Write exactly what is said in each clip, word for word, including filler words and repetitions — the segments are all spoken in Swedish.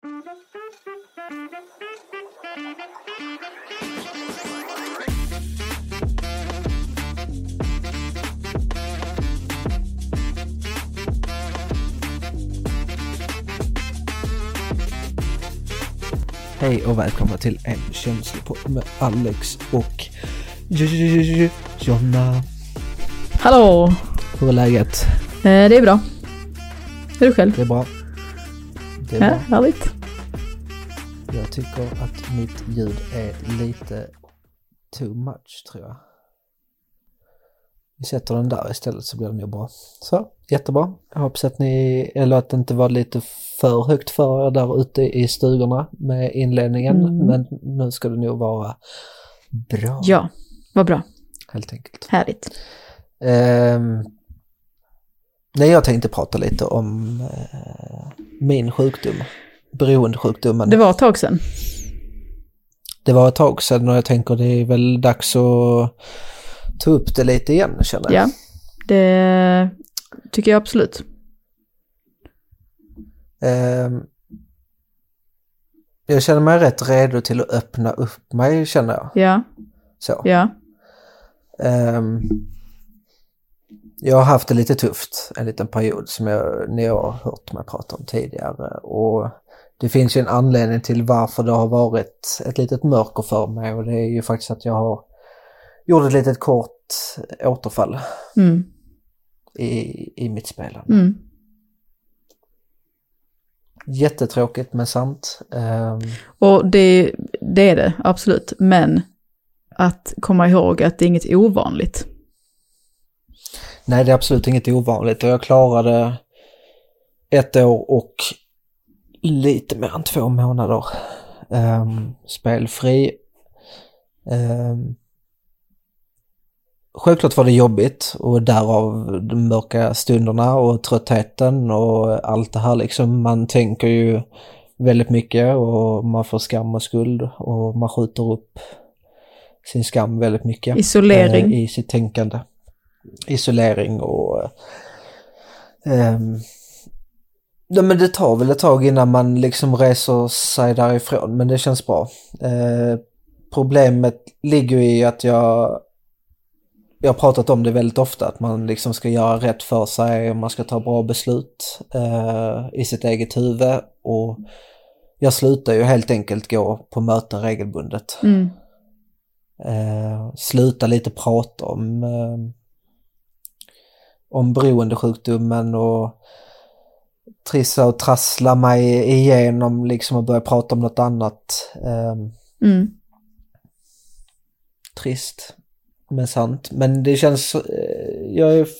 Hej och välkomna till en känslopodd med Alex och Jonna. Hallå! Hur är läget? Eh, det är bra. Hur är du själv? Det är bra. Det är ja, bra. Härligt. Jag tycker att mitt ljud är lite too much, tror jag. Vi sätter den där istället så blir det nog bra. Så, jättebra. Jag hoppas att ni, eller att det inte var lite för högt för er där ute i stugorna med inledningen. Mm. Men nu ska det nog vara bra. Ja, vad bra. Helt enkelt. Härligt. Um, nej, jag tänkte prata lite om uh, min sjukdom. Beroendesjukdomen. Det var ett tag sedan. Det var ett tag sedan och jag tänker det är väl dags att ta upp det lite igen, känner jag. Ja, det tycker jag absolut. Um, jag känner mig rätt redo till att öppna upp mig, känner jag. Ja. Så. Ja. Um, jag har haft det lite tufft en liten period som jag, ni har hört mig prata om tidigare. Och det finns ju en anledning till varför det har varit ett litet mörker för mig. Och det är ju faktiskt att jag har gjort ett litet kort återfall mm. i, i mitt spelande. Mm. Jättetråkigt men sant. Um, och det, det är det, absolut. Men att komma ihåg att det är inget ovanligt. Nej, det är absolut inget ovanligt. Och jag klarade ett år och lite mer än två månader um, spelfri. Um, självklart var det jobbigt och därav de mörka stunderna och tröttheten och allt det här liksom. Man tänker ju väldigt mycket och man får skam och skuld och man skjuter upp sin skam väldigt mycket. Isolering. Eh, i sitt tänkande. Isolering och eh, ja, men det tar väl ett tag innan man liksom reser sig därifrån, men det känns bra. Eh, problemet ligger i att jag jag har pratat om det väldigt ofta, att man liksom ska göra rätt för sig och man ska ta bra beslut eh, i sitt eget huvud, och jag slutar ju helt enkelt gå på möten regelbundet. Mm. Eh, sluta lite prata om eh, om beroendesjukdomen och trissa och trassla mig igenom liksom och börja prata om något annat. Eh, mm. Trist men sant, men det känns eh, jag är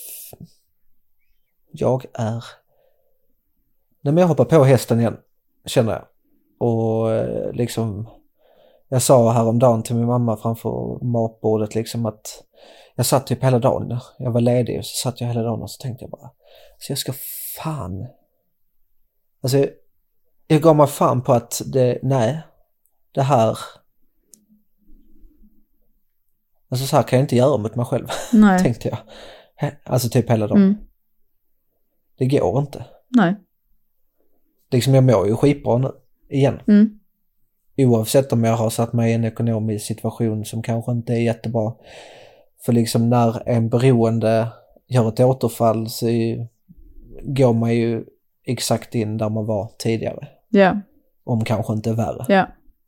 jag är när jag hoppar på hästen igen, känner jag. Och eh, liksom jag sa häromdagen till min mamma framför matbordet liksom att jag satt typ hela dagen, jag var ledig och så satt jag hela dagen och så tänkte jag bara, så jag ska fan alltså jag, jag gav mig fan på att det, nej det här alltså så här kan jag inte göra mot mig själv. Nej. Tänkte jag, alltså typ hela dagen. Mm. Det går inte. Nej. Liksom jag mår ju skitbra nu igen. Mm. Oavsett om jag har satt mig i en ekonomisk situation som kanske inte är jättebra. För liksom när en beroende gör ett återfall så går man ju exakt in där man var tidigare. Ja. Yeah. Om kanske inte värre. Ja.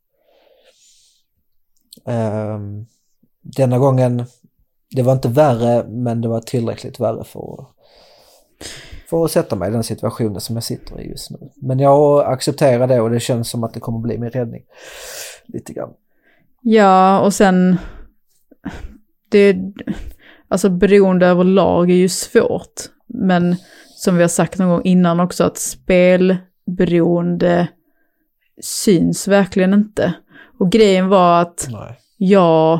Yeah. Um, denna gången, det var inte värre, men det var tillräckligt värre för, för att sätta mig i den situationen som jag sitter i just nu. Men jag accepterar det och det känns som att det kommer bli min räddning. Lite grann. Ja, och sen det, alltså beroende överlag är ju svårt, men som vi har sagt någon gång innan också, att spelberoende syns verkligen inte. Och grejen var att Nej. jag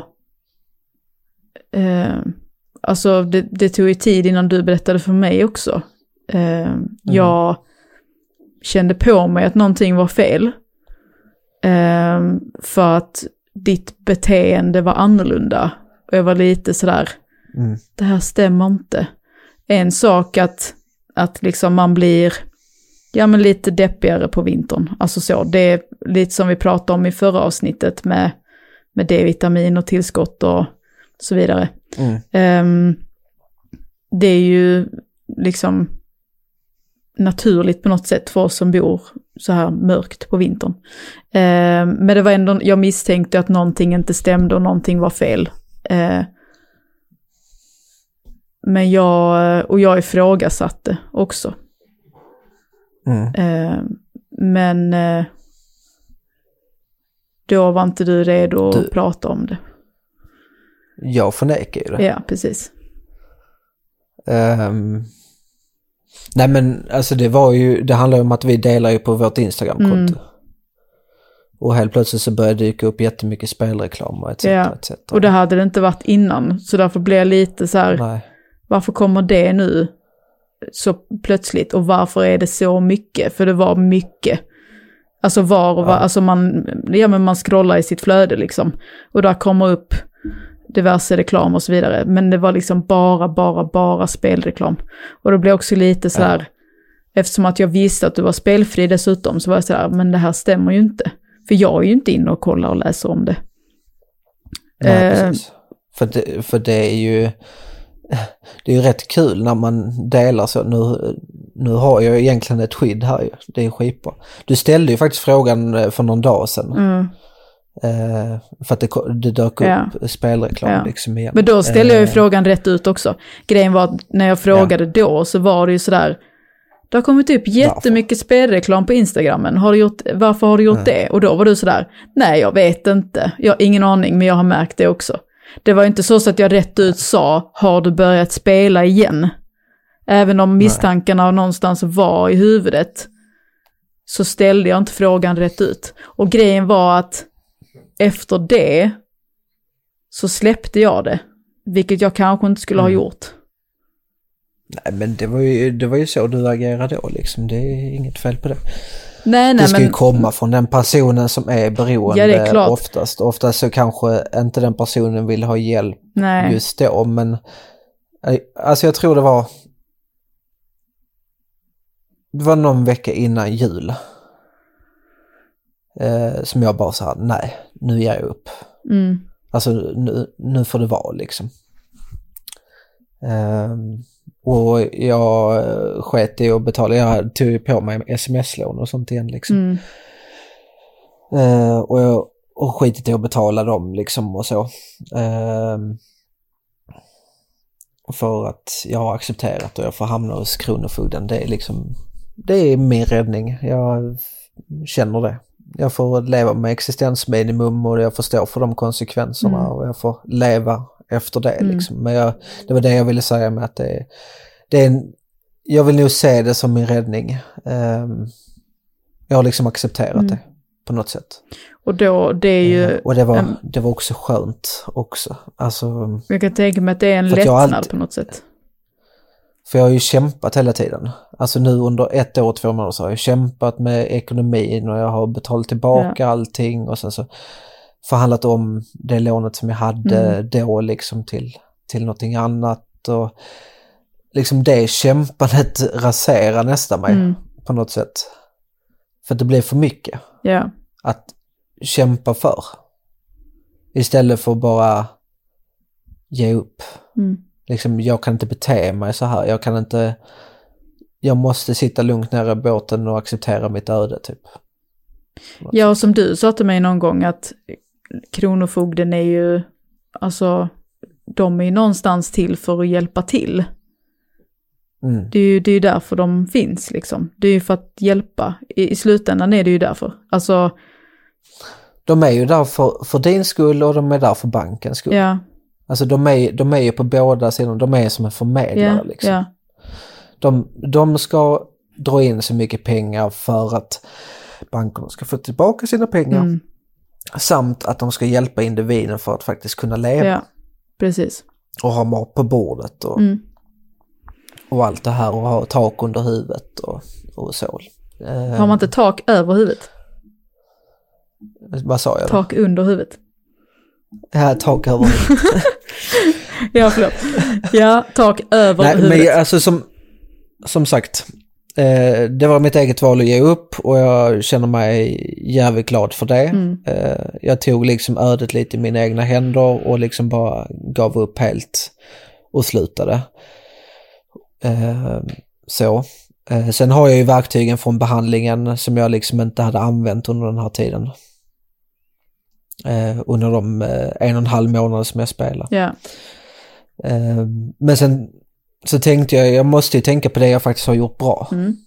eh, alltså det, det tog ju tid innan du berättade för mig också. Eh, mm. Jag kände på mig att någonting var fel. Eh, för att ditt beteende var annorlunda. Och jag var lite sådär, mm. det här stämmer inte. En sak att, att liksom man blir Ja, men lite deppigare på vintern. Alltså så, det är lite som vi pratade om i förra avsnittet med, med D-vitamin och tillskott och så vidare. Mm. Um, det är ju liksom naturligt på något sätt för oss som bor så här mörkt på vintern. Uh, men det var ändå, jag misstänkte att någonting inte stämde och någonting var fel. Uh, men jag, och jag ifrågasatte också. Mm. Uh, men uh, då var inte du redo du, att prata om det. Jag förnekar ju det. Ja, precis. Um, nej men alltså det var ju, det handlar ju om att vi delar ju på vårt Instagram-konto. Mm. Och helt plötsligt så började det dyka upp jättemycket spelreklam och et cetera. Ja. et cetera. Och det hade det inte varit innan. Så därför blev jag lite så här, nej. Varför kommer det nu så plötsligt? Och varför är det så mycket? För det var mycket. Alltså var och var, ja. Alltså man, ja men man scrollar i sitt flöde liksom. Och där kommer upp diverse reklam och så vidare. Men det var liksom bara, bara, bara spelreklam. Och då blev också lite så här, ja. Eftersom att jag visste att du var spelfri dessutom, så var jag så här, men det här stämmer ju inte. För jag är ju inte inne och kollar och läser om det. Nej, eh, precis. För det, för det är ju det är ju rätt kul när man delar så. Nu, nu har jag egentligen ett skydd här ju. Det är skitbra. Du ställde ju faktiskt frågan för någon dag sedan. Mm. Uh, för att det, det dök upp ja. spelreklam ja. liksom igen. Men då ställde jag ju uh, frågan rätt ut också. Grejen var att när jag frågade ja. då så var det ju sådär, det har kommit upp jättemycket varför? spelreklam på Instagrammen. Har du gjort, varför har du gjort uh. det? Och då var du sådär, nej jag vet inte. Jag har ingen aning, men jag har märkt det också. Det var inte så, så att jag rätt ut sa, har du börjat spela igen? Även om misstankarna nej. någonstans var i huvudet, så ställde jag inte frågan rätt ut. Och grejen var att efter det så släppte jag det. Vilket jag kanske inte skulle mm. ha gjort. Nej, men det var ju, det var ju så du agerade då liksom. Det är inget fel på det. Nej, nej, det ska men... ju komma från den personen som är beroende ja, det är klart. oftast. Oftast så kanske inte den personen vill ha hjälp nej. just då. Men alltså jag tror det var det var någon vecka innan jul. Eh, som jag bara sa, nej, nu ger jag upp. Mm. Alltså nu, nu får det vara liksom. Eh, och jag sket i att betala, jag tog på mig sms-lån och sånt igen liksom. Mm. Eh, och jag och skitit i att betala dem liksom och så. Eh, för att jag har accepterat och jag får hamna hos Kronofogden. Det är liksom, det är min räddning. Jag känner det. Jag får leva med existensminimum och jag får stå för de konsekvenserna mm. och jag får leva efter det mm. liksom. Men jag, det var det jag ville säga med att det, det är en, jag vill nog se det som min räddning. Um, jag har liksom accepterat mm. det på något sätt. Och då, det är ju... Uh, och det var, en, det var också skönt också. Alltså, jag kan tänka mig att det är en lättnad alltid, på något sätt. För jag har ju kämpat hela tiden. Alltså nu under ett år och två månader så har jag kämpat med ekonomin och jag har betalat tillbaka ja. allting och sen så förhandlat om det lånet som jag hade mm. då liksom till, till någonting annat och liksom det kämpandet raserar nästan mig mm. på något sätt. För det blir för mycket ja. att kämpa för. Istället för bara ge upp. Mm. Liksom, jag kan inte bete mig så här. Jag kan inte... Jag måste sitta lugnt nära båten och acceptera mitt öde, typ. Ja, och som du sa till mig någon gång att Kronofogden är ju... Alltså, de är ju någonstans till för att hjälpa till. Mm. Det är ju det är ju därför de finns, liksom. Det är ju för att hjälpa. I, i slutändan är det ju därför. Alltså... De är ju där för, för din skull och de är där för bankens skull. Ja. Alltså de är, de är ju på båda sidor, de är som en förmedlare yeah, liksom. Yeah. De, de ska dra in så mycket pengar för att bankerna ska få tillbaka sina pengar. Mm. Samt att de ska hjälpa individen för att faktiskt kunna leva. Ja, precis. Och ha mat på bordet och, mm. och allt det här och ha tak under huvudet och, och så. Har man inte tak över huvudet? Vad sa jag då? Tak under huvudet. Ja, tak över huvudet. Ja, förlåt. Ja, tak över Nej, huvudet. Men alltså som, som sagt, Eh, det var mitt eget val att ge upp och jag känner mig jävligt glad för det. Mm. Eh, jag tog liksom ödet lite i mina egna händer och liksom bara gav upp helt och slutade. Eh, så. Eh, sen har jag ju verktygen från behandlingen som jag liksom inte hade använt under den här tiden. Eh, under de eh, en och en halv månad som jag spelade. Yeah. Eh, men sen så tänkte jag, jag måste ju tänka på det jag faktiskt har gjort bra. Mm.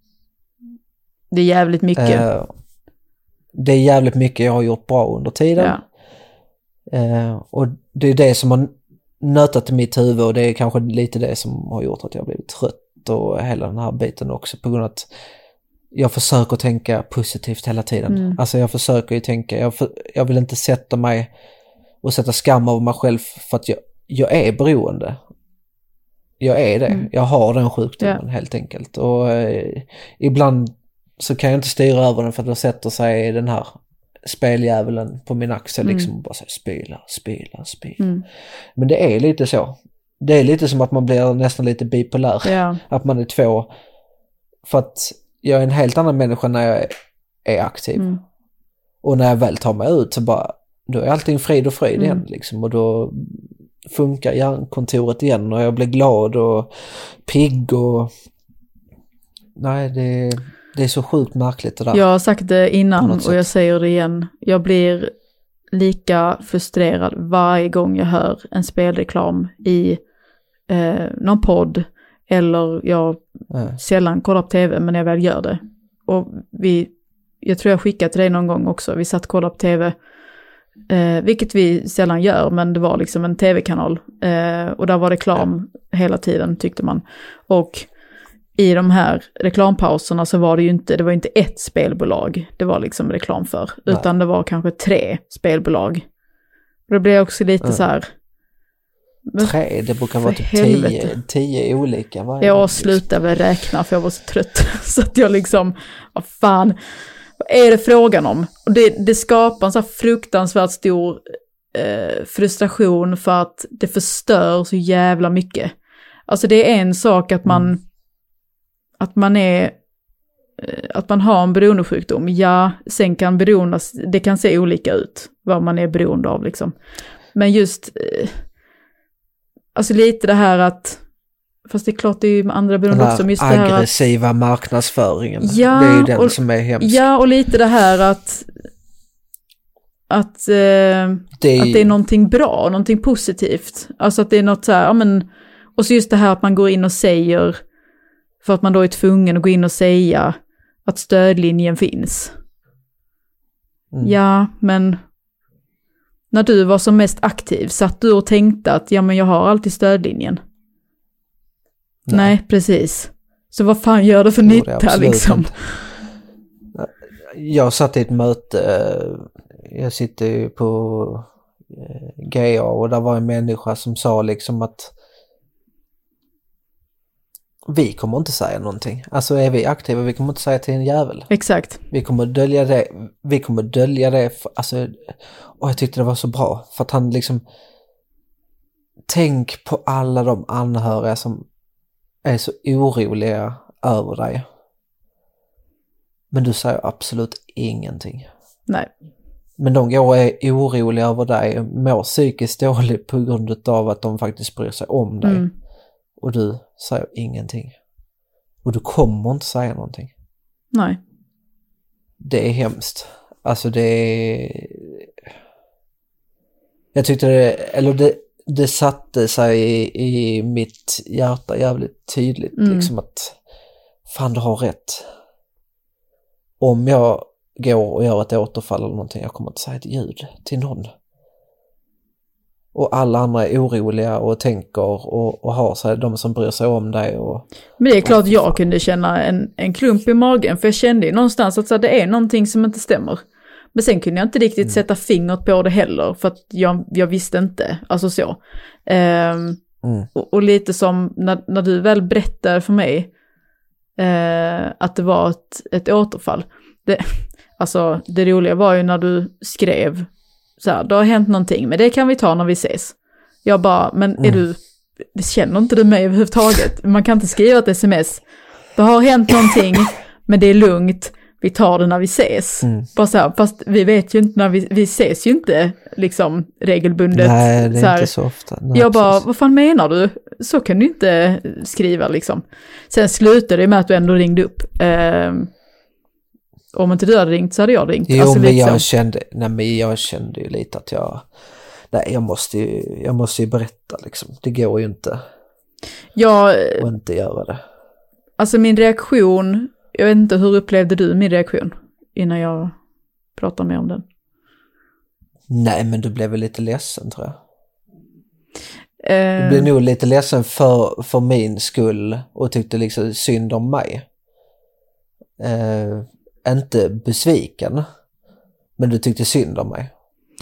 Det är jävligt mycket. Eh, det är jävligt mycket jag har gjort bra under tiden. Ja. Eh, och det är det som har nötat i mitt huvud och det är kanske lite det som har gjort att jag har blivit trött och hela den här biten också på grund av att jag försöker tänka positivt hela tiden. Mm. Alltså jag försöker ju tänka, jag, för, jag vill inte sätta mig och sätta skam över mig själv för att jag, jag är beroende. Jag är det. Mm. Jag har den sjukdomen yeah. helt enkelt. Och eh, ibland så kan jag inte styra över den för att då sätter sig den här speldjävulen på min axel mm. liksom och bara säger spela, spela, spela. Mm. Men det är lite så. Det är lite som att man blir nästan lite bipolär. Yeah. Att man är två. För att jag är en helt annan människa när jag är aktiv. Mm. Och när jag väl tar mig ut så bara, då är allting frid och frid mm. igen liksom. Och då funkar hjärnkontoret igen och jag blir glad och pigg och nej det, det är så sjukt märkligt det där. Jag har sagt det innan och jag säger det igen. Jag blir lika frustrerad varje gång jag hör en spelreklam i eh, någon podd eller jag äh. sällan kollar på tv men jag väl gör det. Och vi, jag tror jag skickat till dig någon gång också. Vi satt och kollade på tv. Eh, vilket vi sällan gör, men det var liksom en tv-kanal eh, och där var reklam ja. hela tiden tyckte man. Och i de här reklampauserna så var det ju inte, det var inte ett spelbolag det var liksom reklam för, Nej. utan det var kanske tre spelbolag. Och det blev också lite mm. så här. Tre, det brukar vara typ tio, tio olika. Varje jag slutade väl räkna för jag var så trött så att jag liksom, vad fan vad är det frågan om? Och det, det skapar en så här fruktansvärt stor eh, frustration för att det förstör så jävla mycket. Alltså det är en sak att man mm. att man är eh, att man har en beroendesjukdom. Ja, sen kan beroendas, det kan se olika ut vad man är beroende av liksom. Men just eh, alltså lite det här att fast det är klart det är ju med andra beroende också. Just det här aggressiva att, marknadsföringen. Ja, det är ju den och, som är hemsk. Ja, och lite det här att att, eh, det är, att det är någonting bra, någonting positivt. Alltså att det är något så här, ja men, och så just det här att man går in och säger, för att man då är tvungen att gå in och säga att stödlinjen finns. Mm. Ja, men när du var som mest aktiv, satt du och tänkte att ja men jag har alltid stödlinjen. Nej. Nej, precis. Så vad fan gör det för jo, nytta det liksom? Inte. Jag satt i ett möte, jag sitter ju på G A och där var en människa som sa liksom att vi kommer inte säga någonting. Alltså är vi aktiva, vi kommer inte säga till en jävel. Exakt. Vi kommer dölja det, vi kommer dölja det, för, alltså, och jag tyckte det var så bra för att han liksom, tänk på alla de anhöriga som är så oroliga över dig. Men du säger absolut ingenting. Nej. Men de går och är oroliga över dig och mår psykiskt dåligt på grund av att de faktiskt bryr sig om dig. Mm. Och du säger ingenting. Och du kommer inte säga någonting. Nej. Det är hemskt. Alltså det är... Jag tyckte det... Eller det, det satte sig i, i mitt hjärta jävligt tydligt. Mm. Liksom att fan, du har rätt. Om jag går och gör ett återfall eller någonting, jag kommer inte säga ett ljud till någon. Och alla andra är oroliga och tänker och, och har sig, de som bryr sig om dig. Och, men det är klart jag kunde känna en, en klump i magen, för jag kände ju någonstans att så, det är någonting som inte stämmer. Men sen kunde jag inte riktigt mm. sätta fingret på det heller, för att jag, jag visste inte. Alltså så. Um, mm. och, och lite som när, när du väl berättade för mig uh, att det var ett, ett återfall. Det, alltså det roliga var ju när du skrev så här, det har hänt någonting, men det kan vi ta när vi ses. Jag bara, men är mm. du, känner inte du mig överhuvudtaget? Man kan inte skriva ett sms det har hänt någonting, men det är lugnt. Vi tar det när vi ses. Mm. Bara så här, fast vi vet ju inte när vi, vi ses ju inte liksom regelbundet. Nej, det är så här, inte så ofta. Nej, jag bara, precis. vad fan menar du? Så kan du inte skriva liksom. Sen slutade det med att du ändå ringde upp. Eh, om inte du hade ringt så hade jag ringt. Jo, alltså, men liksom. jag kände, nej, men jag kände ju lite att jag, nej, jag måste ju, jag måste ju berätta liksom. Det går ju inte. Jag, och inte göra det. Alltså min reaktion, jag vet inte, hur upplevde du min reaktion innan jag pratade med om den? Nej, men du blev väl lite ledsen, tror jag. Eh, du blev nog lite ledsen för, för min skull och tyckte liksom synd om mig. Eh, inte besviken, men du tyckte synd om mig.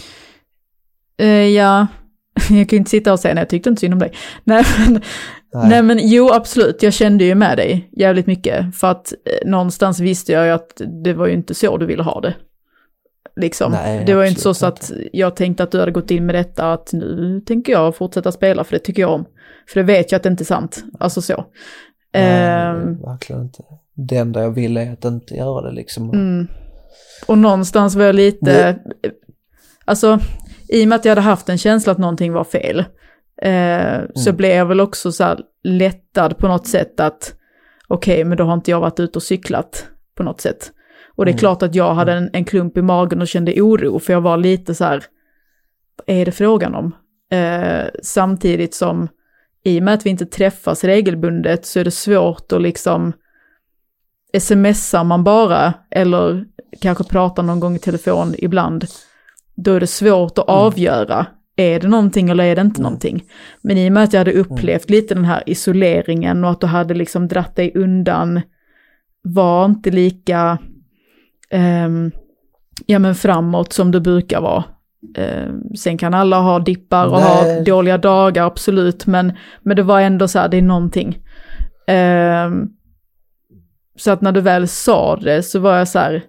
Eh, ja, jag kan inte sitta och säga nej, jag tyckte inte synd om dig. Nej men, nej. nej men jo, absolut, jag kände ju med dig jävligt mycket. För att eh, någonstans visste jag ju att det var ju inte så du ville ha det. Liksom. Nej, det var ju inte så, så inte. att jag tänkte att du hade gått in med detta att nu tänker jag fortsätta spela, för det tycker jag om. För det vet jag att det inte är sant. Alltså så. Nej, um, verkligen inte. Det enda jag ville är att inte göra det liksom. Mm. Och någonstans var jag lite, det... alltså i och med att jag hade haft en känsla att någonting var fel, eh, mm. så blev jag väl också så här lättad på något sätt att okej, okay, men då har inte jag varit ute och cyklat på något sätt. Och det är mm. klart att jag hade en, en klump i magen och kände oro, för jag var lite så här, vad är det frågan om? Eh, samtidigt som i och med att vi inte träffas regelbundet så är det svårt att liksom smsar man bara eller kanske pratar någon gång i telefon ibland, då är det svårt att mm. avgöra, är det någonting eller är det inte mm. någonting. Men i och med att jag hade upplevt mm. lite den här isoleringen och att du hade liksom dratt dig undan, var inte lika um, ja men framåt som du brukar vara. Um, sen kan alla ha dippar och Nej. ha dåliga dagar, absolut, men, men det var ändå så här, det är någonting. Um, Så att när du väl sa det så var jag så här,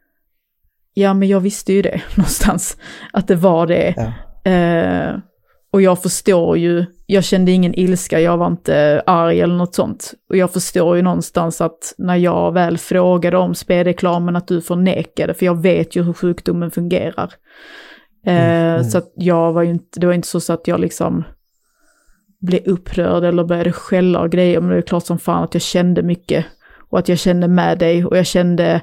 ja men jag visste ju det någonstans, att det var det. Ja. Eh, och jag förstår ju, jag kände ingen ilska, jag var inte arg eller något sånt. Och jag förstår ju någonstans att när jag väl frågade om spelreklamen att du förnekade, för jag vet ju hur sjukdomen fungerar. Eh, mm, mm. Så att jag var ju inte, det var inte så, så att jag liksom blev upprörd eller började skälla och grejer, men det är klart som fan att jag kände mycket. Och att jag kände med dig och jag kände,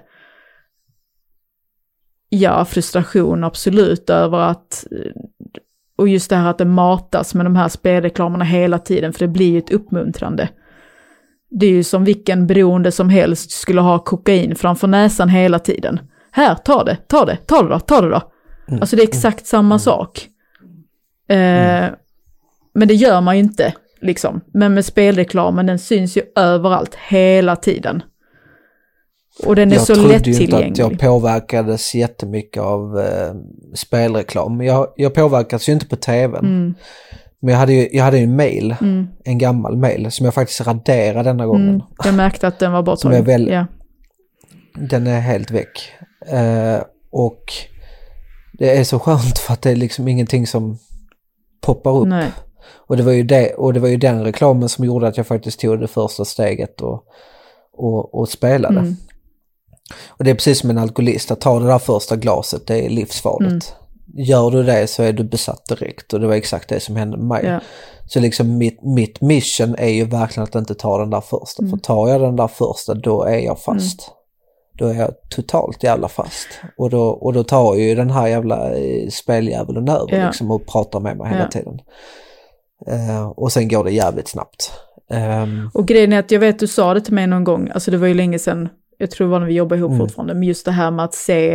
ja, frustration absolut över att, och just det här att det matas med de här spelreklamerna hela tiden, för det blir ju ett uppmuntrande. Det är ju som vilken beroende som helst skulle ha kokain framför näsan hela tiden. Här, ta det, ta det, ta det då, ta det då. Mm. Alltså det är exakt samma mm. sak. Eh, mm. Men det gör man ju inte. Liksom. Men med spelreklamen, den syns ju överallt hela tiden. Och den är jag så lättillgänglig. Jag trodde ju inte att jag påverkades jättemycket av eh, spelreklam. Jag, jag påverkades ju inte på tvn. Mm. Men jag hade ju, jag hade ju en mail, mm. en gammal mail, som jag faktiskt raderade denna gången. Mm. Jag märkte att den var borttagen. Väl, ja. Den är helt väck. Eh, och det är så skönt för att det är liksom ingenting som poppar upp. Nej. Och det var ju det, och det var ju den reklamen som gjorde att jag faktiskt tog det första steget och, och, och spelade. Mm. Och det är precis som en alkoholist, att ta det där första glaset, det är livsfarligt. Mm. Gör du det så är du besatt direkt, och det var exakt det som hände med mig. Ja. Så liksom mitt, mitt mission är ju verkligen att inte ta den där första. Mm. För tar jag den där första, då är jag fast. Mm. Då är jag totalt jävla fast. Och då, och då tar ju den här jävla speljäveln över ja. liksom, och pratar med mig hela ja. tiden. Uh, och sen går det jävligt snabbt. Um, och grejen är att jag vet du sa det till mig någon gång, alltså det var ju länge sedan, jag tror det var när vi jobbade ihop mm. fortfarande, men just det här med att se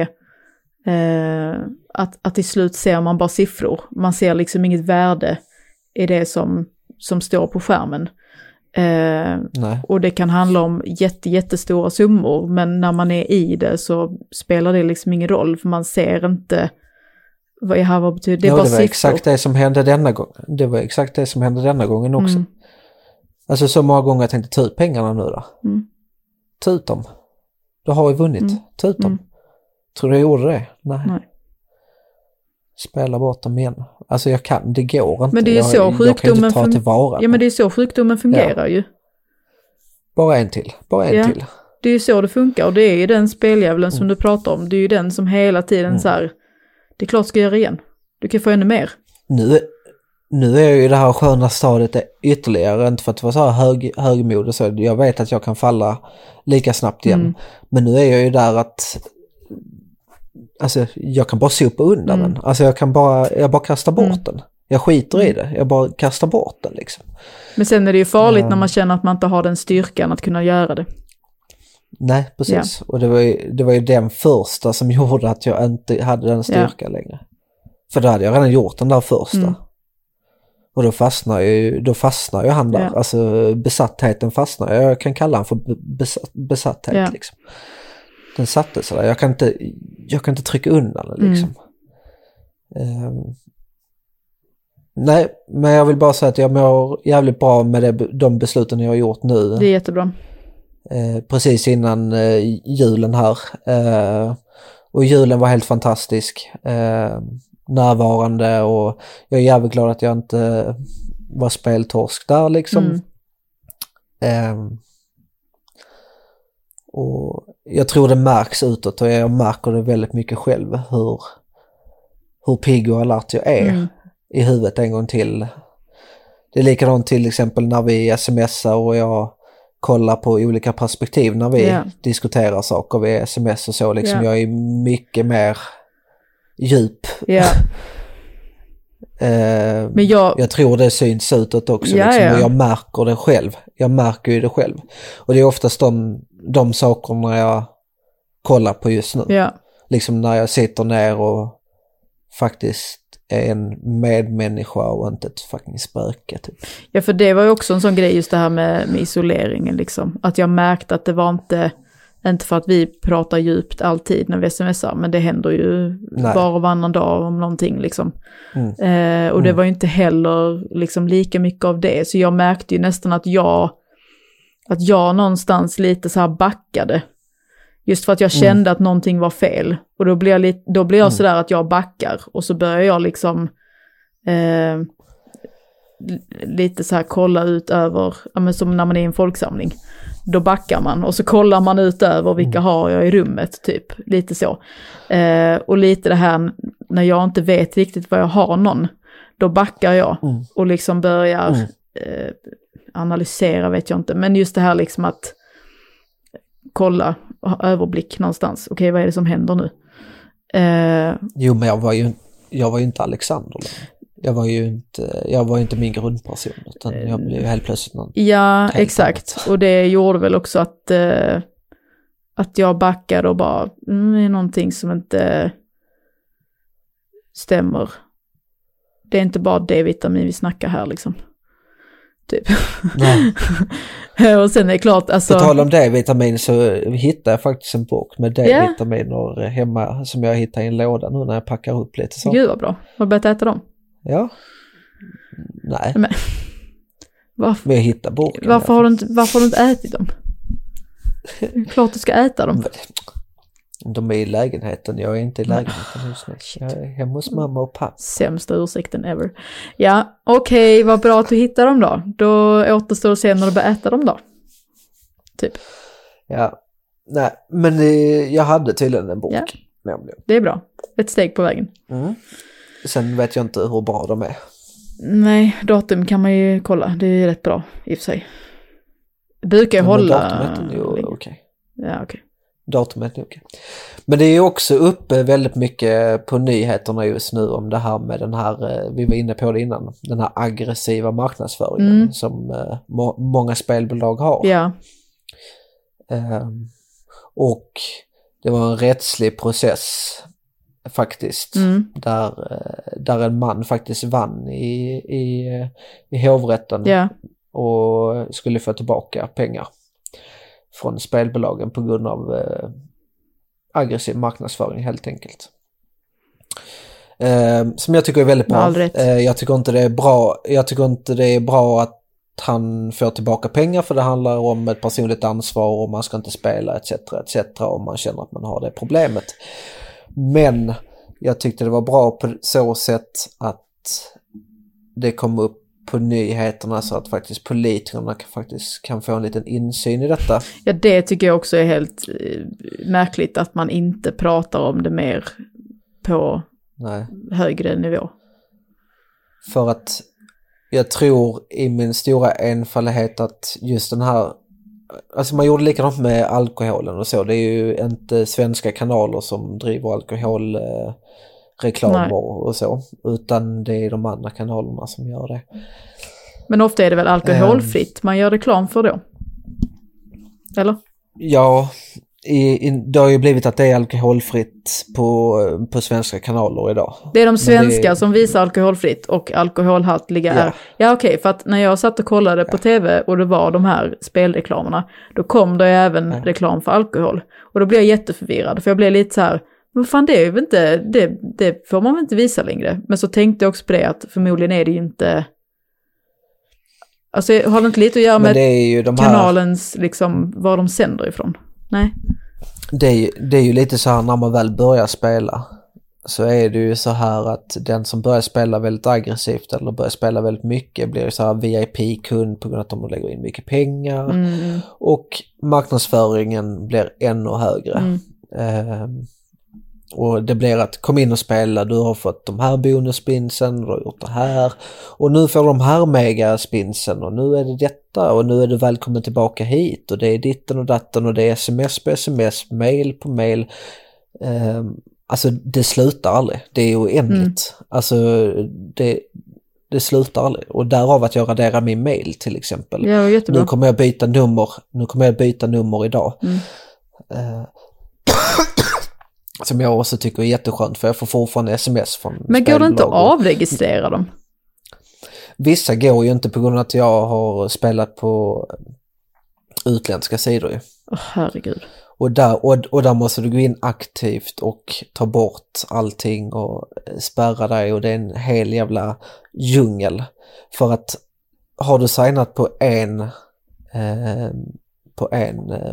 uh, att, att till slut ser man bara siffror, man ser liksom inget värde i det som, som står på skärmen. Uh, och det kan handla om jätte, jättestora summor, men när man är i det så spelar det liksom ingen roll, för man ser inte vad jag vad betyder. Det, är ja, bara det var siffror. exakt det som hände denna gång. Det var exakt det som hände denna gången också. Mm. Alltså så många gånger jag tänkte ta ut pengarna nu då. Mm. Ta ut dem. Du har ju vunnit. Mm. Ta ut dem. Mm. Tror du jag gjorde det? Nej. Nej. Spela bort dem igen. Alltså jag kan, det går inte. Men det är jag, så jag sjukdomen fun- Ja, men det är så sjukdomen fungerar ja. ju. Bara en till, bara en ja. till. Det är ju så det funkar och det är ju den speljävlen som mm. du pratar om. Det är ju den som hela tiden mm. så här, det är klart ska göra igen. Du kan få ännu mer. Nu, nu är ju det här sköna stadiet ytterligare, inte för att vara så här hög, högmod och så. Jag vet att jag kan falla lika snabbt igen. Mm. Men nu är jag ju där att alltså, jag kan bara sopa undan mm. den. Alltså jag kan bara, jag bara kasta bort mm. den. Jag skiter i det. Jag bara kastar bort den liksom. Men sen är det ju farligt um, när man känner att man inte har den styrkan att kunna göra det. Nej, precis. Ja. Och det var, ju, det var ju den första som gjorde att jag inte hade den styrkan ja. längre. För då hade jag redan gjort den där första. Mm. Och då fastnar ju, då fastnar ju han där. Ja. Alltså besattheten fastnar. Jag kan kalla han för besatt, besatthet ja. liksom. Den satte sig där. Jag kan inte, jag kan inte trycka undan den liksom. Mm. Um, nej, men jag vill bara säga att jag mår jävligt bra med det, de besluten jag har gjort nu. Det är jättebra. Eh, precis innan eh, julen här. Eh, och julen var helt fantastisk. Eh, närvarande och jag är jävligt glad att jag inte var speltorsk där liksom. Mm. Eh, och jag tror det märks utåt och jag märker det väldigt mycket själv hur, hur pigg och alert jag är mm. i huvudet en gång till. Det är likadant till exempel när vi smsar och jag kollar på olika perspektiv när vi yeah. diskuterar saker vid sms och så. Liksom. Yeah. Jag är mycket mer djup. Yeah. eh, Men jag... jag tror det syns utåt också. Yeah, liksom. yeah. Och jag märker det själv. Jag märker ju det själv. Och det är oftast de, de sakerna jag kollar på just nu. Yeah. Liksom när jag sitter ner och faktiskt är en medmänniska och inte ett fucking spöke typ. Ja, för det var ju också en sån grej just det här med, med isoleringen liksom. Att jag märkte att det var inte, inte för att vi pratar djupt alltid när vi smsar, men det händer ju Nej. var och varannan dag om någonting liksom. Mm. Eh, och mm. det var ju inte heller liksom lika mycket av det. Så jag märkte ju nästan att jag att jag någonstans lite så här backade. Just för att jag kände mm. att någonting var fel. Och då blir jag, li- då blir jag mm. sådär att jag backar. Och så börjar jag liksom eh, lite så här kolla ut över, ja, men som när man är i en folksamling. Då backar man och så kollar man ut över vilka mm. har jag i rummet typ. Lite så. Eh, och lite det här när jag inte vet riktigt vad jag har någon. Då backar jag mm. och liksom börjar mm. eh, analysera, vet jag inte. Men just det här liksom att kolla och ha överblick någonstans. Okej, vad är det som händer nu? Eh, jo, men jag var ju, jag var ju inte Alexander. Jag var ju inte, jag var ju inte min grundperson, utan jag blev helt plötsligt någon. Ja, exakt. Annat. Och det gjorde väl också att, eh, att jag backade och bara, mm, det är någonting som inte stämmer. Det är inte bara D-vitamin vi snackar här liksom. Typ. Och sen är det klart alltså... På tal om D-vitamin så hittade jag faktiskt en bok med D-vitaminer yeah. hemma som jag hittade i en låda nu när jag packar upp lite så. Gud vad bra. Har du börjat äta dem? Ja. Nej. Men, varför, Men jag hittade boken. Varför har, du inte, varför har du inte ätit dem? Klart du ska äta dem. De är i lägenheten. Jag är inte i lägenheten just nu. Jag är hemma hos mamma och pappa. Sämsta ursäkten ever. Ja, okej. Okay, vad bra att du hittar dem då. Då återstår att se när du börjar äta dem då. Typ. Ja. Nej, men det, jag hade tydligen en bok. Ja. Nämligen. Det är bra. Ett steg på vägen. Mm. Sen vet jag inte hur bra de är. Nej, datum kan man ju kolla. Det är rätt bra i och för sig. Det brukar ju ja, hålla... Datumet är ju okej. Okay. Ja, okej. Okay. Datumet är okej. Men det är ju också uppe väldigt mycket på nyheterna just nu om det här med den här, vi var inne på det innan, den här aggressiva marknadsföringen mm. som uh, må- många spelbolag har. Ja. Um, och det var en rättslig process faktiskt mm. där, där en man faktiskt vann i, i, i hovrätten ja. och skulle få tillbaka pengar från spelbolagen på grund av eh, aggressiv marknadsföring helt enkelt. Eh, som jag tycker är väldigt bra. Eh, jag tycker inte det är bra. Jag tycker inte det är bra att han får tillbaka pengar, för det handlar om ett personligt ansvar och man ska inte spela et cetera et cetera om man känner att man har det problemet. Men jag tyckte det var bra på så sätt att det kom upp på nyheterna så att faktiskt politikerna kan, faktiskt kan få en liten insyn i detta. Ja, det tycker jag också är helt eh, märkligt att man inte pratar om det mer på Nej. högre nivå. För att jag tror i min stora enfaldighet att just den här, alltså man gjorde likadant med alkoholen och så, det är ju inte svenska kanaler som driver alkoholreklamer och så, utan det är de andra kanalerna som gör det. Men ofta är det väl alkoholfritt man gör reklam för då? Eller? Ja, i, i, det har ju blivit att det är alkoholfritt på, på svenska kanaler idag. Det är de svenska det... som visar alkoholfritt och alkoholhaltiga ja. är. Ja okej, okay, för att när jag satt och kollade på ja. tv och det var de här spelreklamerna, då kom det även ja. reklam för alkohol. Och då blev jag jätteförvirrad, för jag blev lite så här, men fan det är ju inte, det, det får man väl inte visa längre. Men så tänkte jag också på det att förmodligen är det ju inte, alltså har det inte lite att göra med de kanalens, här... liksom, var de sänder ifrån? Nej. Det är, ju, det är ju lite så här när man väl börjar spela så är det ju så här att den som börjar spela väldigt aggressivt eller börjar spela väldigt mycket blir ju så här V I P-kund på grund av att de lägger in mycket pengar mm. och marknadsföringen blir ännu högre. Mm. Eh, och det blir att kom in och spela, du har fått de här bonusspinsen, du har gjort det här och nu får de här megaspinsen och nu är det detta och nu är du välkommen tillbaka hit och det är ditten och datten och det är sms på sms, mail på mail. Eh, alltså det slutar aldrig, det är oändligt. Mm. Alltså det, det slutar aldrig och därav att jag raderar min mail till exempel. Ja, nu kommer jag byta nummer, nu kommer jag byta nummer idag. Mm. Eh, som jag också tycker är jätteskönt för jag får fortfarande sms från Men går det inte att avregistrera dem? Vissa går ju inte på grund av att jag har spelat på utländska sidor ju. Åh, herregud. Och där, och, och där måste du gå in aktivt och ta bort allting och spärra dig och det är en hel jävla djungel. För att har du signat på en eh, på en eh,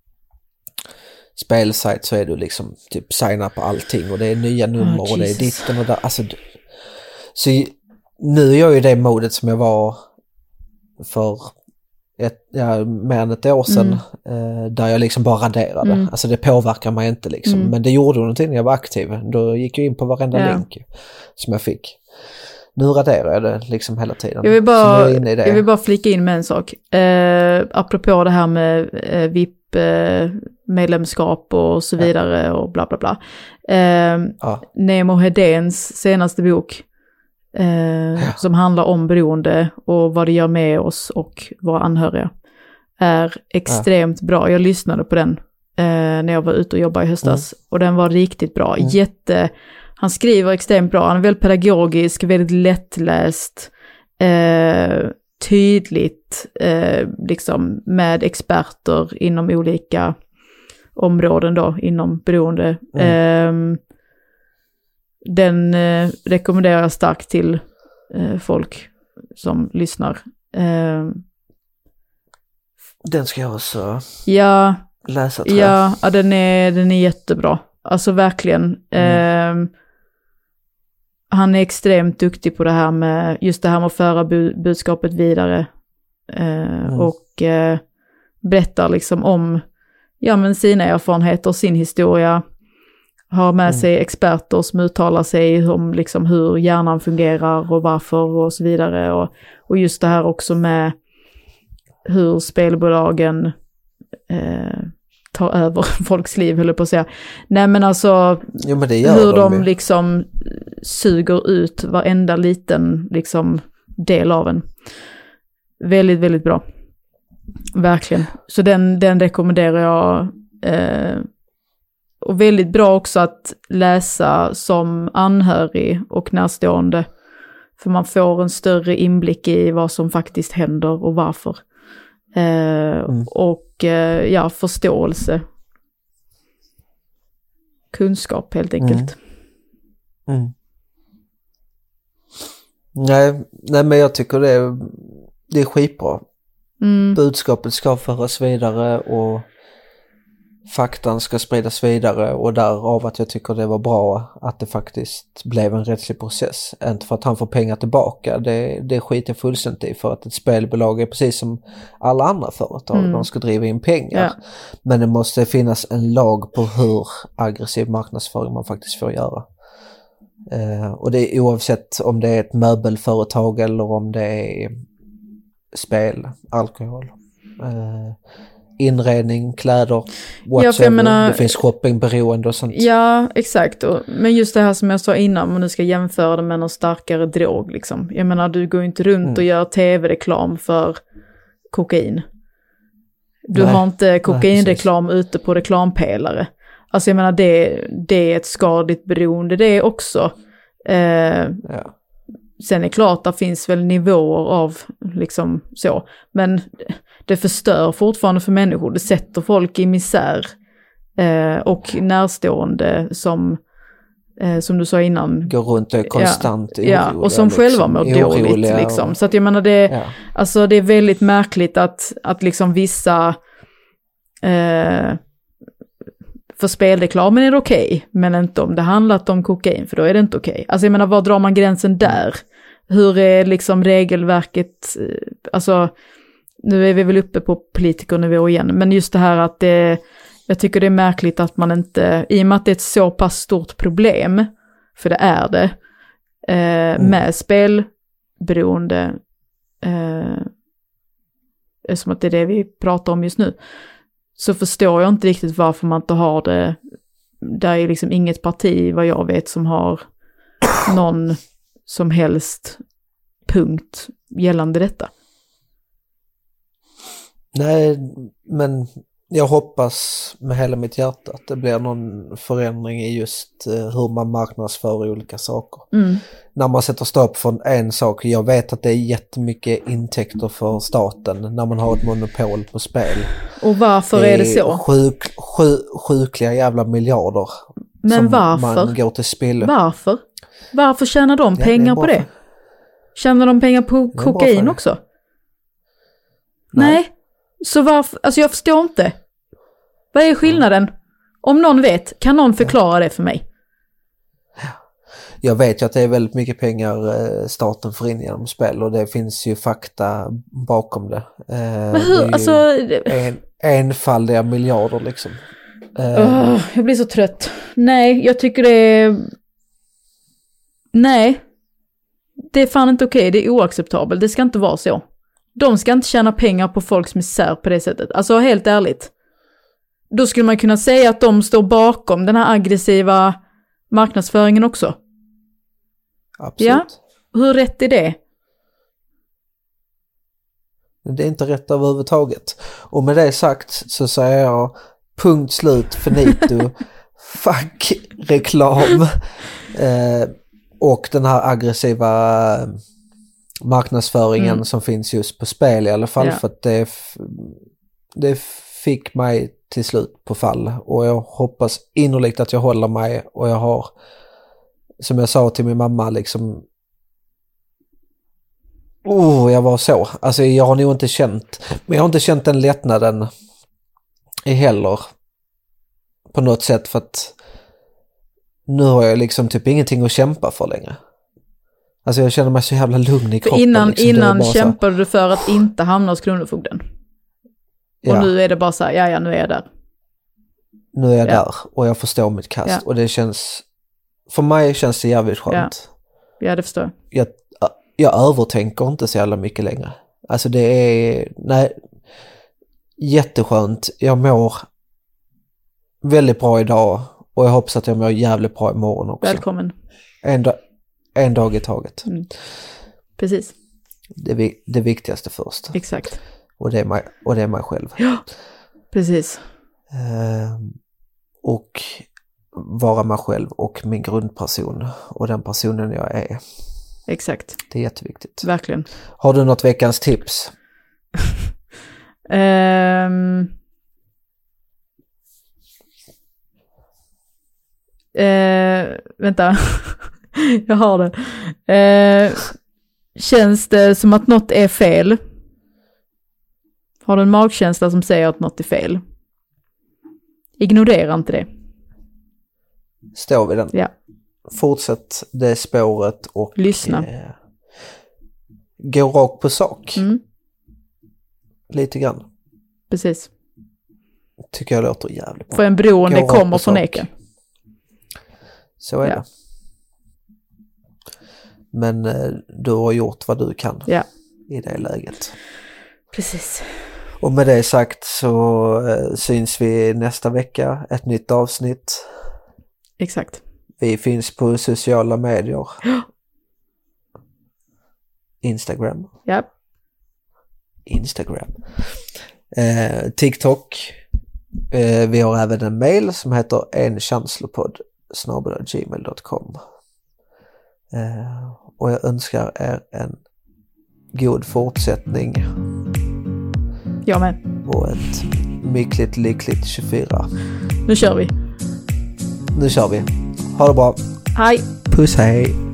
spelsajt så är du liksom typ signa på allting och det är nya nummer oh, och det är ditten och där. Alltså, så nu är jag ju det modet som jag var för ett, ja, mer än ett år sedan mm. eh, där jag liksom bara raderade. Mm. Alltså det påverkar mig inte liksom. Mm. Men det gjorde någonting när jag var aktiv. Då gick jag in på varenda ja. länk som jag fick. Nu raderar jag det liksom hela tiden. Jag vill bara, jag jag vill bara flika in med en sak. Eh, apropå det här med eh, V I P eh, medlemskap och så vidare ja. och bla bla bla. Eh, ja. Nemo Hedéns senaste bok eh, ja. som handlar om beroende och vad det gör med oss och våra anhöriga är extremt ja. bra. Jag lyssnade på den eh, när jag var ute och jobbade i höstas mm. och den var riktigt bra. Mm. Jätte... Han skriver extremt bra, han är väldigt pedagogisk, väldigt lättläst, eh, tydligt, eh, liksom med experter inom olika områden då, inom beroende. Mm. Eh, den eh, rekommenderar jag starkt till eh, folk som lyssnar. Eh, den ska jag också ja, läsa tror jag. Ja, ja den, är, den är jättebra. Alltså verkligen. Mm. Eh, han är extremt duktig på det här med just det här med att föra bu- budskapet vidare eh, mm. och eh, berättar liksom om ja, men sina erfarenheter och sin historia. Har med mm. sig experter som uttalar sig om liksom hur hjärnan fungerar och varför och så vidare. Och, och just det här också med hur spelbolagen eh, tar över folks liv, höll jag på att säga. Nej men alltså jo, men hur de, de liksom suger ut varenda liten liksom del av en. Väldigt, väldigt bra. Verkligen. Så den, den rekommenderar jag. Eh, och väldigt bra också att läsa som anhörig och närstående. För man får en större inblick i vad som faktiskt händer och varför. Eh, mm. Och eh, ja, förståelse. Kunskap helt enkelt. Mm. Mm. Nej, nej, men jag tycker det är, det är skitbra. Mm. Budskapet ska föras vidare och faktan ska spridas vidare och därav att jag tycker det var bra att det faktiskt blev en rättslig process. Inte för att han får pengar tillbaka, det, det skiter jag fullständigt i, för att ett spelbolag är precis som alla andra företag, mm. de ska driva in pengar. Ja. Men det måste finnas en lag på hur aggressiv marknadsföring man faktiskt får göra. Uh, och det är oavsett om det är ett möbelföretag eller om det är spel, alkohol, uh, inredning, kläder, whatever. Ja, menar, det finns shoppingberoende och sånt. Ja, exakt. Och, men just det här som jag sa innan, om du ska jämföra det med någon starkare drog. Liksom. Jag menar, du går inte runt mm. och gör tv-reklam för kokain. Du nej, har inte kokainreklam nej, ute på reklampelare. Alltså jag menar, det, det är ett skadligt beroende det är också. Eh, ja. Sen är det klart, det finns väl nivåer av liksom så. Men det förstör fortfarande för människor. Det sätter folk i misär. Eh, och närstående som, eh, som du sa innan. Går runt och är konstant ja, oroliga. Ja, och som liksom, själva mår dåligt. Liksom. Så att jag menar, det, ja. alltså, det är väldigt märkligt att, att liksom vissa... Eh, för spelreklamen är det okej, okay, men inte om det handlat om kokain, för då är det inte okej. Okay. Alltså jag menar, var drar man gränsen där? Hur är liksom regelverket, alltså nu är vi väl uppe på politikernivå igen, men just det här att det, jag tycker det är märkligt att man inte, i och med att det är ett så pass stort problem, för det är det, eh, mm. med spelberoende, eh, som att det är det vi pratar om just nu, så förstår jag inte riktigt varför man inte har det. Där är liksom inget parti, vad jag vet, som har någon som helst punkt gällande detta. Nej, men jag hoppas med hela mitt hjärta att det blir någon förändring i just hur man marknadsför olika saker. Mm. När man sätter stopp för en sak, jag vet att det är jättemycket intäkter för staten när man har ett monopol på spel. Och varför är, är det så? Sjuk, sjuk, sjukliga jävla miljarder. Men som varför? Man går till spill. Varför? Varför tjänar de pengar ja, det på det? Tjänar de pengar på kokain också? Nej. Nej. Så varför, alltså jag förstår inte. Vad är skillnaden? Om någon vet, kan någon förklara det för mig? Jag vet ju att det är väldigt mycket pengar staten får in genom spel och det finns ju fakta bakom det. Men hur, det alltså... En, enfaldiga miljarder liksom. Oh, jag blir så trött. Nej, jag tycker det är... Nej. Det är fan inte okej, det är oacceptabelt. Det ska inte vara så. De ska inte tjäna pengar på folks misär på det sättet. Alltså helt ärligt. Då skulle man kunna säga att de står bakom den här aggressiva marknadsföringen också. Absolut. Ja? Hur rätt är det? Det är inte rätt överhuvudtaget. Och med det sagt så säger jag punkt slut finito. Fuck reklam. Eh, och den här aggressiva marknadsföringen mm. som finns just på spel i alla fall. Ja. För att det, det fick mig till slut på fall. Och jag hoppas innerligt att jag håller mig. Och jag har, som jag sa till min mamma, liksom oh, jag var så. Alltså jag har nog inte känt, men jag har inte känt den lättnaden heller på något sätt, för att nu har jag liksom typ ingenting att kämpa för längre. Alltså jag känner mig så jävla lugn i kroppen. För innan, liksom, innan kämpade du för att inte hamna hos kronofogden. Ja. Och nu är det bara så här, ja ja nu är jag där. Nu är jag ja. där och jag förstår mitt kast. Ja. Och det känns, för mig känns det jävligt skönt. Ja, ja det förstår jag. jag. Jag övertänker inte så jävla mycket längre. Alltså det är, nej, jätteskönt. Jag mår väldigt bra idag och jag hoppas att jag mår jävligt bra imorgon också. Välkommen. En, da- en dag i taget. Mm. Precis. Det, det viktigaste först. Exakt. Och det är mig, och det är mig själv. Ja, precis. Uh, och vara mig själv och min grundperson och den personen jag är. Exakt. Det är jätteviktigt. Verkligen. Har du något veckans tips? um, uh, vänta. Jag har det. Uh, känns det som att något är fel? Har du en magkänsla som säger att något är fel? ignorera inte det. Står vi den. Ja. Fortsätt det spåret och lyssna. Eh, gå rakt på sak. Mm. Lite grann. Precis. Tycker jag låter jävligt bra. För en beroende kommer från eken. Så är ja. det. Men eh, du har gjort vad du kan ja. i det läget. Precis. Och med det sagt så eh, syns vi nästa vecka. Ett nytt avsnitt. Exakt. Vi finns på sociala medier. Instagram. Ja. Instagram. Eh, TikTok. Eh, vi har även en mail som heter enchanslopodd snabel-a gmail dot com. Eh, och jag önskar er en god fortsättning. Jag med. Och ett mycket lyckligt tjugofyra. Nu kör vi. Nu kör vi. Ha det bra. Hej. Puss, hej.